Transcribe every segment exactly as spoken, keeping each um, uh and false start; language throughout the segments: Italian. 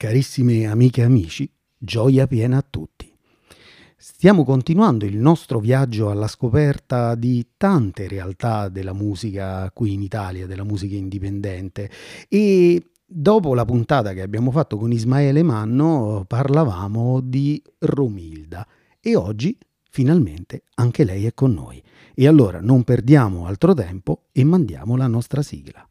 Carissime amiche e amici, gioia piena a tutti. Stiamo continuando il nostro viaggio alla scoperta di tante realtà della musica qui in Italia, della musica indipendente e dopo la puntata che abbiamo fatto con Ismaele Manno parlavamo di Romilda e oggi finalmente anche lei è con noi. E allora non perdiamo altro tempo e mandiamo la nostra sigla.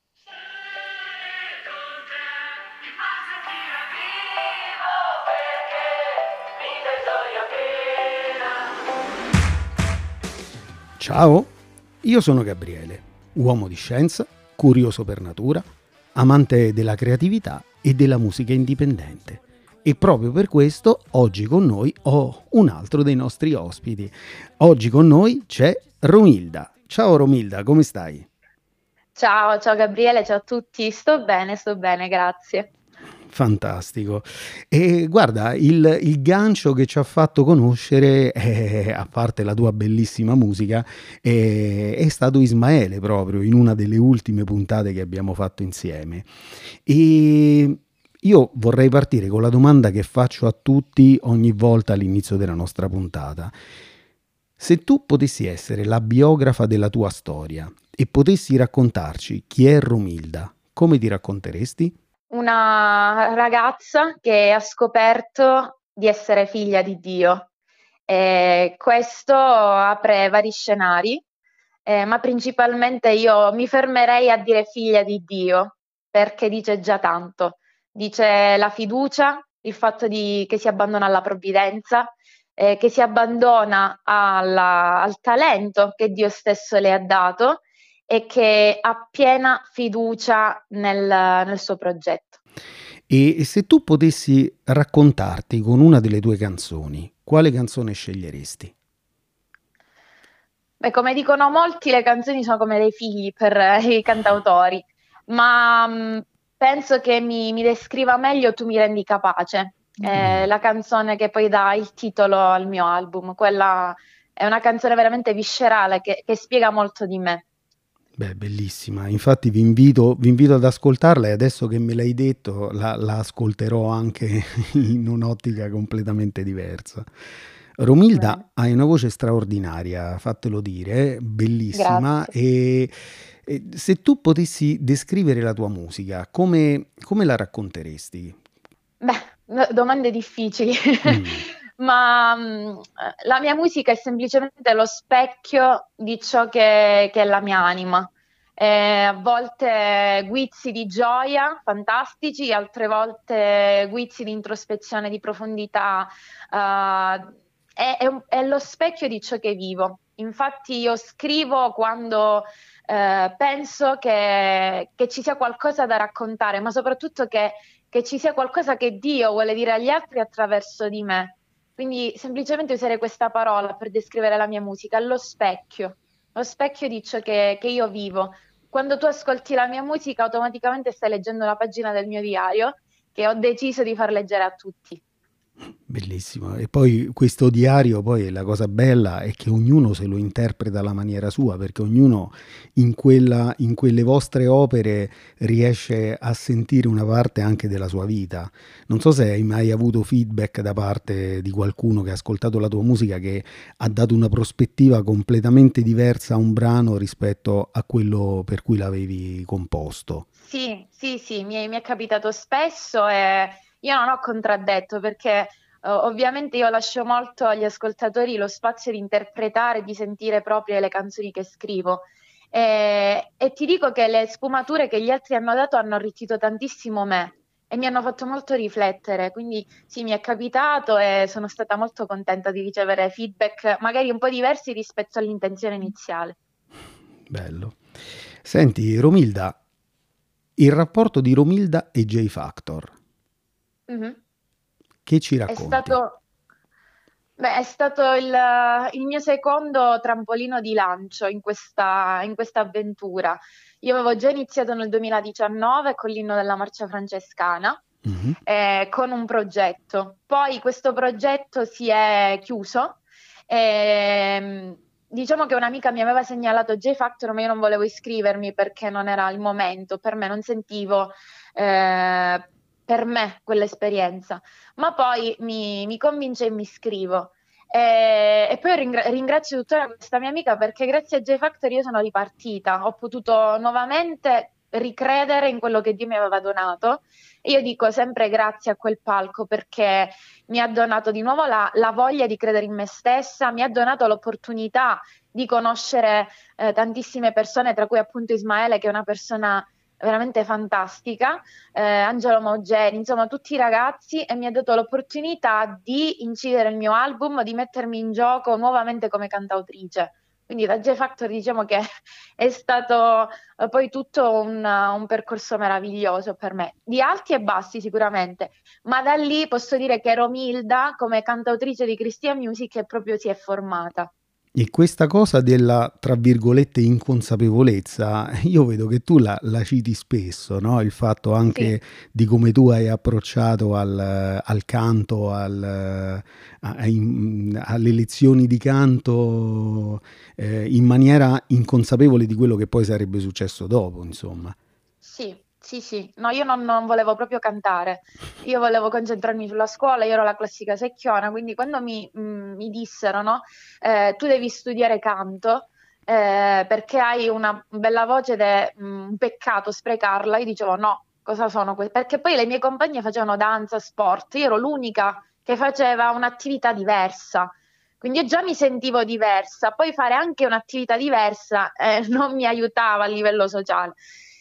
Ciao, io sono Gabriele, uomo di scienza, curioso per natura, amante della creatività e della musica indipendente. E proprio per questo oggi con noi ho un altro dei nostri ospiti. Oggi con noi c'è Romilda. Ciao Romilda, come stai? Ciao, ciao Gabriele, ciao a tutti. Sto bene, sto bene, grazie. Fantastico. E guarda, il, il gancio che ci ha fatto conoscere, eh, a parte la tua bellissima musica, eh, è stato Ismaele proprio in una delle ultime puntate che abbiamo fatto insieme. E io vorrei partire con la domanda che faccio a tutti ogni volta all'inizio della nostra puntata. Se tu potessi essere la biografa della tua storia e potessi raccontarci chi è Romilda, come ti racconteresti? Una ragazza che ha scoperto di essere figlia di Dio. E questo apre vari scenari, eh, ma principalmente io mi fermerei a dire figlia di Dio, perché dice già tanto. Dice la fiducia, il fatto di- che si abbandona alla provvidenza, eh, che si abbandona alla- al talento che Dio stesso le ha dato e che ha piena fiducia nel, nel suo progetto. E se tu potessi raccontarti con una delle tue canzoni, quale canzone sceglieresti? Beh, come dicono molti, le canzoni sono come dei figli per eh, i cantautori, ma mh, penso che mi, mi descriva meglio Tu mi rendi capace, Mm. eh, la canzone che poi dà il titolo al mio album. Quella è una canzone veramente viscerale che, che spiega molto di me. Beh, bellissima. Infatti vi invito, vi invito ad ascoltarla e adesso che me l'hai detto la, la ascolterò anche in un'ottica completamente diversa. Bene, Romilda hai una voce straordinaria, fatelo dire, eh, bellissima grazie. e, e se tu potessi descrivere la tua musica, come, come la racconteresti? Beh, no- domande difficili, Mm. ma mh, la mia musica è semplicemente lo specchio di ciò che, che è la mia anima. Eh, a volte guizzi di gioia fantastici, altre volte guizzi di introspezione, di profondità. eh, è, è un- è lo specchio di ciò che vivo. Infatti io scrivo quando eh, penso che, che ci sia qualcosa da raccontare, ma soprattutto che che ci sia qualcosa che Dio vuole dire agli altri attraverso di me. Quindi semplicemente usare questa parola per descrivere la mia musica, lo specchio, lo specchio di ciò che, che io vivo. Quando tu ascolti la mia musica, automaticamente stai leggendo una pagina del mio diario che ho deciso di far leggere a tutti. Bellissimo. E poi questo diario, poi la cosa bella è che ognuno se lo interpreta alla maniera sua, perché ognuno in quella, in quelle vostre opere riesce a sentire una parte anche della sua vita. Non so se hai mai avuto feedback da parte di qualcuno che ha ascoltato la tua musica che ha dato una prospettiva completamente diversa a un brano rispetto a quello per cui l'avevi composto. Sì, sì, sì, mi è, mi è capitato spesso e io non ho contraddetto perché eh, ovviamente io lascio molto agli ascoltatori lo spazio di interpretare, di sentire proprio le canzoni che scrivo. E, e ti dico che le sfumature che gli altri hanno dato hanno arricchito tantissimo me e mi hanno fatto molto riflettere. Quindi sì, mi è capitato e sono stata molto contenta di ricevere feedback magari un po' diversi rispetto all'intenzione iniziale. Bello. Senti, Romilda, il rapporto di Romilda e J Factor, Mhm. che ci È racconti? stato Beh, è stato il, il mio secondo trampolino di lancio in questa, in questa avventura. Io avevo già iniziato nel duemiladiciannove con l'inno della Marcia Francescana, Mhm. eh, con un progetto. Poi questo progetto si è chiuso. E, diciamo che un'amica mi aveva segnalato J Factor, ma io non volevo iscrivermi perché non era il momento. Per me non sentivo eh, per me quell'esperienza, ma poi mi, mi convince e mi iscrivo. E, e poi ringra- ringrazio tuttora questa mia amica perché grazie a J Factor io sono ripartita, ho potuto nuovamente ricredere in quello che Dio mi aveva donato. E io dico sempre grazie a quel palco perché mi ha donato di nuovo la, la voglia di credere in me stessa, mi ha donato l'opportunità di conoscere eh, tantissime persone, tra cui appunto Ismaele, che è una persona veramente fantastica, eh, Angelo Maugeri, insomma tutti i ragazzi, e mi ha dato l'opportunità di incidere il mio album, di mettermi in gioco nuovamente come cantautrice. Quindi da J Factor diciamo che è stato eh, poi tutto un, un percorso meraviglioso per me, di alti e bassi sicuramente, ma da lì posso dire che Romilda come cantautrice di Christian Music proprio si è formata. E questa cosa della, tra virgolette, inconsapevolezza, io vedo che tu la, la citi spesso, no? Il fatto Sì. anche di come tu hai approcciato al, al canto, al, a- in- alle lezioni di canto, eh, in maniera inconsapevole di quello che poi sarebbe successo dopo, insomma. Sì, sì, sì. No, io non, non volevo proprio cantare, io volevo concentrarmi sulla scuola, io ero la classica secchiona, quindi quando mi, mh, mi dissero, no, eh, tu devi studiare canto, eh, perché hai una bella voce ed è mh, un peccato sprecarla, io dicevo no, cosa sono queste? Perché poi le mie compagne facevano danza, sport, io ero l'unica che faceva un'attività diversa. Quindi io già mi sentivo diversa, poi fare anche un'attività diversa eh, non mi aiutava a livello sociale.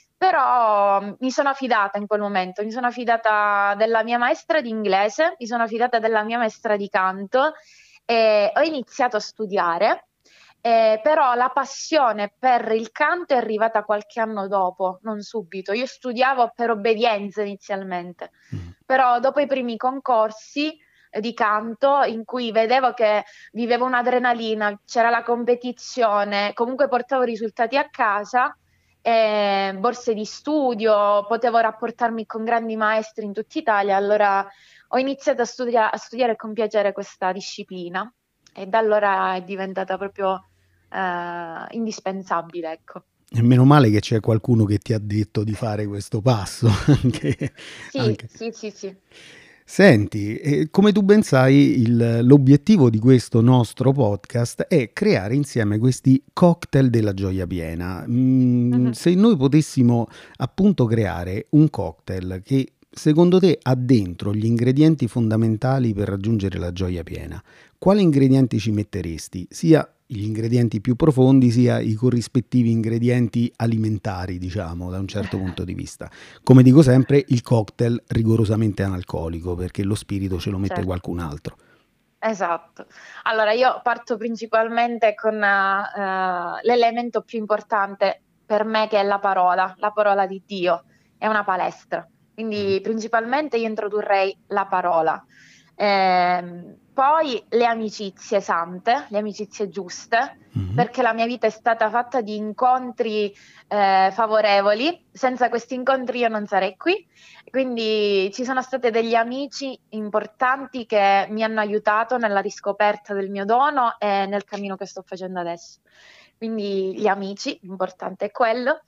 Però mh, mi sono fidata in quel momento, mi sono fidata della mia maestra di inglese, mi sono fidata della mia maestra di canto e ho iniziato a studiare, eh, però la passione per il canto è arrivata qualche anno dopo, non subito. Io studiavo per obbedienza inizialmente, Mm. però dopo i primi concorsi eh, di canto in cui vedevo che vivevo un'adrenalina, c'era la competizione, comunque portavo risultati a casa, eh, borse di studio, potevo rapportarmi con grandi maestri in tutta Italia, allora ho iniziato a, studia- a studiare con piacere questa disciplina e da allora è diventata proprio eh, indispensabile, ecco. E meno male che c'è qualcuno che ti ha detto di fare questo passo. Anche, Sì, anche. sì, sì, sì. Senti, eh, come tu ben sai, il- l'obiettivo di questo nostro podcast è creare insieme questi cocktail della gioia piena. Mm, Mhm. se noi potessimo appunto creare un cocktail che secondo te ha dentro gli ingredienti fondamentali per raggiungere la gioia piena, quali ingredienti ci metteresti? Sia gli ingredienti più profondi, sia i corrispettivi ingredienti alimentari, diciamo, da un certo punto di vista. Come dico sempre, il cocktail rigorosamente analcolico, perché lo spirito ce lo mette Certo. qualcun altro. Esatto. Allora, io parto principalmente con eh, l'elemento più importante per me che è la parola, la parola di Dio, è una palestra. Mm. Quindi principalmente io introdurrei la parola. Ehm, poi le amicizie sante, le amicizie giuste, Mhm. perché la mia vita è stata fatta di incontri eh, favorevoli. Senza questi incontri io non sarei qui. Quindi ci sono stati degli amici importanti che mi hanno aiutato nella riscoperta del mio dono e nel cammino che sto facendo adesso. Quindi gli amici, l'importante è quello.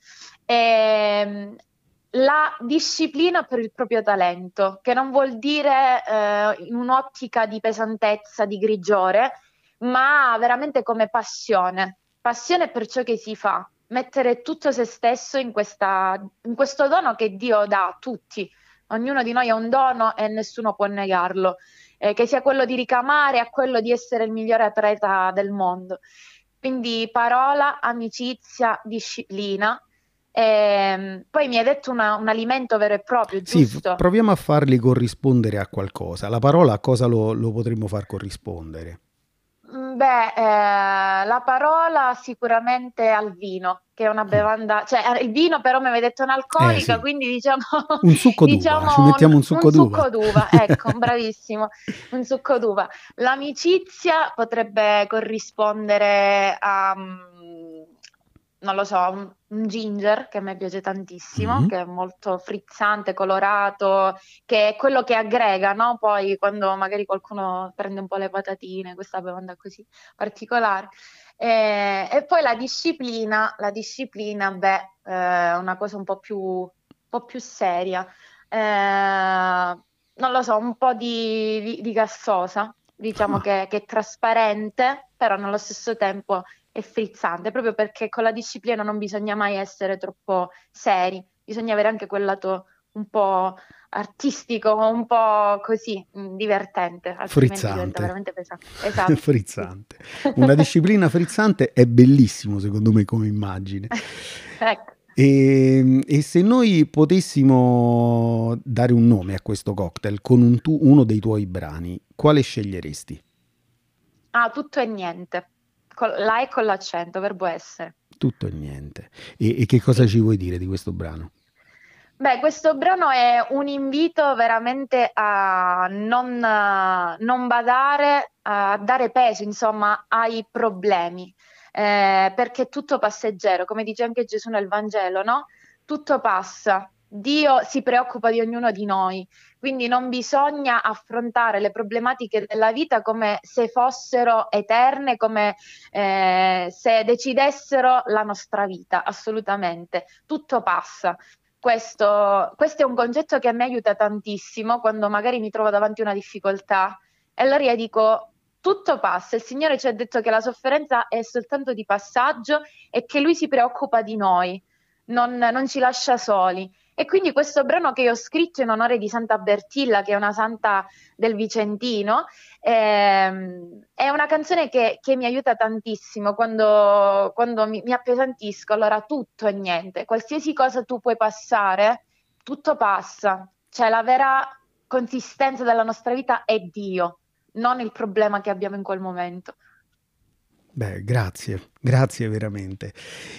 E, la disciplina per il proprio talento, che non vuol dire eh, in un'ottica di pesantezza, di grigiore, ma veramente come passione. Passione per ciò che si fa, mettere tutto se stesso in questa, in questo dono che Dio dà a tutti. Ognuno di noi ha un dono e nessuno può negarlo, eh, che sia quello di ricamare a quello di essere il migliore atleta del mondo. Quindi parola, amicizia, disciplina. Ehm, poi mi hai detto una- un alimento vero e proprio, Sì, f- giusto? proviamo a farli corrispondere a qualcosa. La parola a cosa lo, lo potremmo far corrispondere? Mm, Beh, eh, la parola sicuramente al vino, che è una Mm. bevanda, cioè eh, il vino però mi avete detto Eh analcolica, sì, quindi diciamo, un succo d'uva, ci diciamo un, mettiamo un un succo d'uva. succo d'uva, ecco, bravissimo, un succo d'uva. L'amicizia potrebbe corrispondere a, mm, non lo so, un, un ginger che a me piace tantissimo, Mhm. che è molto frizzante, colorato, che è quello che aggrega, no? Poi quando magari qualcuno prende un po' le patatine, questa bevanda così particolare. E, e poi la disciplina, la disciplina, beh, è una cosa un po' più, un po' più seria. eh, non lo so, un po' di, di- di gassosa, diciamo Ah, che, che è trasparente, però nello stesso tempo è frizzante, proprio perché con la disciplina non bisogna mai essere troppo seri, bisogna avere anche quel lato un po' artistico, un po' così, mh, divertente, altrimenti diventa frizzante. veramente pesante. Esatto, sì. Frizzante. Una disciplina frizzante è bellissimo, secondo me, come immagine. Ecco. E, e se noi potessimo dare un nome a questo cocktail con un tu- uno dei tuoi brani, quale sceglieresti? Ah, tutto e niente. Col- la e con l'accento, verbo essere. Tutto e niente. E, e che cosa Sì. ci vuoi dire di questo brano? Beh, questo brano è un invito veramente a non, eh, non badare, a dare peso, insomma, ai problemi, eh, perché tutto passeggero, come dice anche Gesù nel Vangelo, no? Tutto passa. Dio si preoccupa di ognuno di noi, quindi non bisogna affrontare le problematiche della vita come se fossero eterne, come eh, se decidessero la nostra vita, assolutamente. Tutto passa. Questo, questo è un concetto che a me aiuta tantissimo quando magari mi trovo davanti a una difficoltà e allora io dico tutto passa, il Signore ci ha detto che la sofferenza è soltanto di passaggio e che Lui si preoccupa di noi, non, non ci lascia soli. E quindi questo brano che io ho scritto in onore di Santa Bertilla, che è una santa del Vicentino, ehm, è una canzone che, che mi aiuta tantissimo quando, quando mi, mi appesantisco. Allora, tutto e niente, qualsiasi cosa tu puoi passare, tutto passa. Cioè, la vera consistenza della nostra vita è Dio, non il problema che abbiamo in quel momento. Beh, grazie, grazie veramente.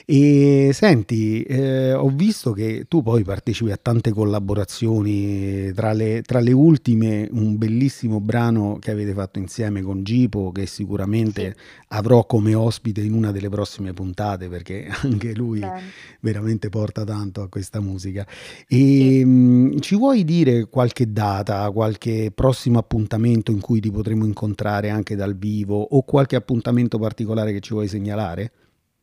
E senti, eh, ho visto che tu poi partecipi a tante collaborazioni, tra le, tra le ultime un bellissimo brano che avete fatto insieme con Gipo, che Sì, sicuramente avrò come ospite in una delle prossime puntate, perché anche lui bene, veramente porta tanto a questa musica. sì. E mh, ci vuoi dire qualche data, qualche prossimo appuntamento in cui ti potremo incontrare anche dal vivo o qualche appuntamento particolare che ci vuoi segnalare?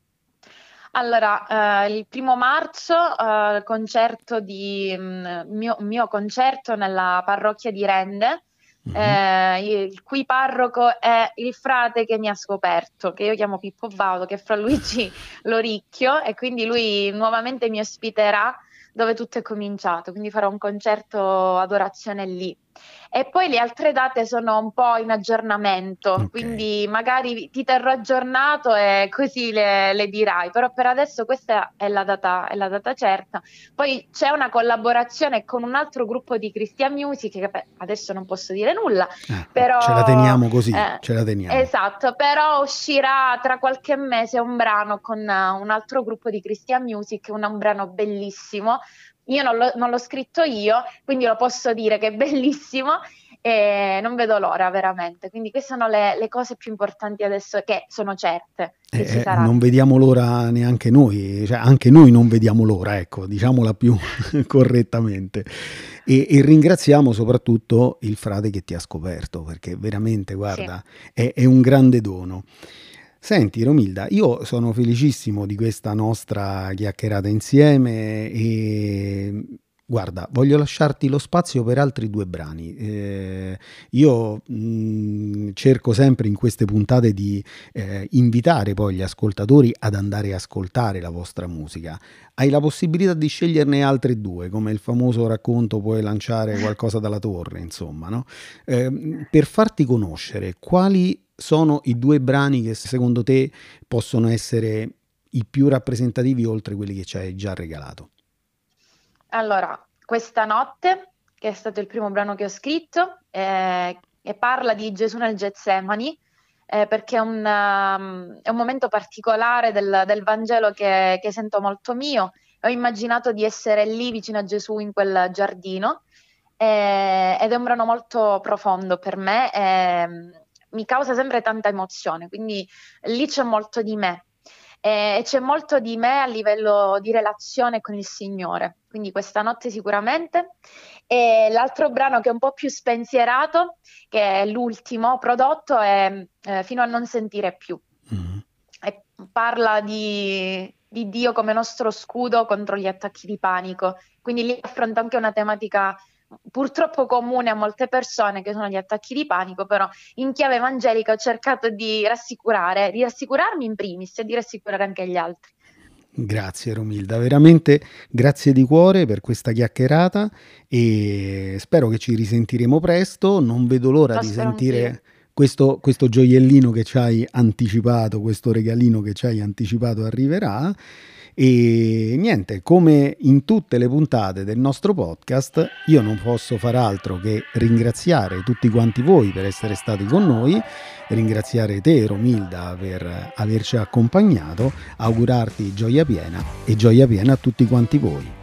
Allora, eh, il primo marzo, eh, concerto di, mh, mio, mio concerto nella parrocchia di Rende, Mhm. eh, il cui parroco è il frate che mi ha scoperto, che io chiamo Pippo Baudo, che è Fra Luigi Loricchio, e quindi lui nuovamente mi ospiterà dove tutto è cominciato, quindi farò un concerto adorazione lì. E poi le altre date sono un po' in aggiornamento, Ok. quindi magari ti terrò aggiornato e così le, le dirai, però per adesso questa è la data, è la data certa. Poi c'è una collaborazione con un altro gruppo di Christian Music, che beh, adesso non posso dire nulla, Ah, ce la però teniamo così, eh, ce la teniamo. esatto, però uscirà tra qualche mese un brano con eh, un altro gruppo di Christian Music, un, un brano bellissimo. Io non l'ho non l'ho scritto io, quindi lo posso dire che è bellissimo e non vedo l'ora veramente. Quindi queste sono le, le cose più importanti adesso che sono certe che ci Eh, eh, non saranno. vediamo l'ora neanche noi, cioè anche noi non vediamo l'ora, ecco, diciamola più correttamente. E, e ringraziamo soprattutto il frate che ti ha scoperto, perché veramente, Sì. guarda, è, è un grande dono. Senti, Romilda, io sono felicissimo di questa nostra chiacchierata insieme e guarda, voglio lasciarti lo spazio per altri due brani. Eh, io mh, cerco sempre in queste puntate di eh, invitare poi gli ascoltatori ad andare a ascoltare la vostra musica. Hai la possibilità di sceglierne altre due, come il famoso racconto Puoi lanciare qualcosa dalla torre, insomma, no? Eh, per farti conoscere, quali sono i due brani che secondo te possono essere i più rappresentativi oltre quelli che ci hai già regalato? Allora, Questa notte, che è stato il primo brano che ho scritto, eh, e parla di Gesù nel Getsemani, eh, perché è un, um, è un momento particolare del, del Vangelo che, che sento molto mio. Ho immaginato di essere lì vicino a Gesù in quel giardino, eh, ed è un brano molto profondo per me, e mi causa sempre tanta emozione, quindi lì c'è molto di me. E c'è molto di me a livello di relazione con il Signore, quindi questa notte sicuramente. E l'altro brano che è un po' più spensierato, che è l'ultimo prodotto, è eh, Fino a non sentire più. Mhm. E parla di, di Dio come nostro scudo contro gli attacchi di panico. Quindi lì affronto anche una tematica purtroppo comune a molte persone, che sono gli attacchi di panico, però in chiave evangelica ho cercato di rassicurare, di rassicurarmi in primis e di rassicurare anche gli altri. Grazie Romilda, veramente grazie di cuore per questa chiacchierata e spero che ci risentiremo presto, non vedo l'ora Lo di spero sentire anch'io. questo, questo gioiellino che ci hai anticipato, questo regalino che ci hai anticipato arriverà. E niente, come in tutte le puntate del nostro podcast, io non posso far altro che ringraziare tutti quanti voi per essere stati con noi, ringraziare te Romilda per averci accompagnato, augurarti gioia piena e gioia piena a tutti quanti voi.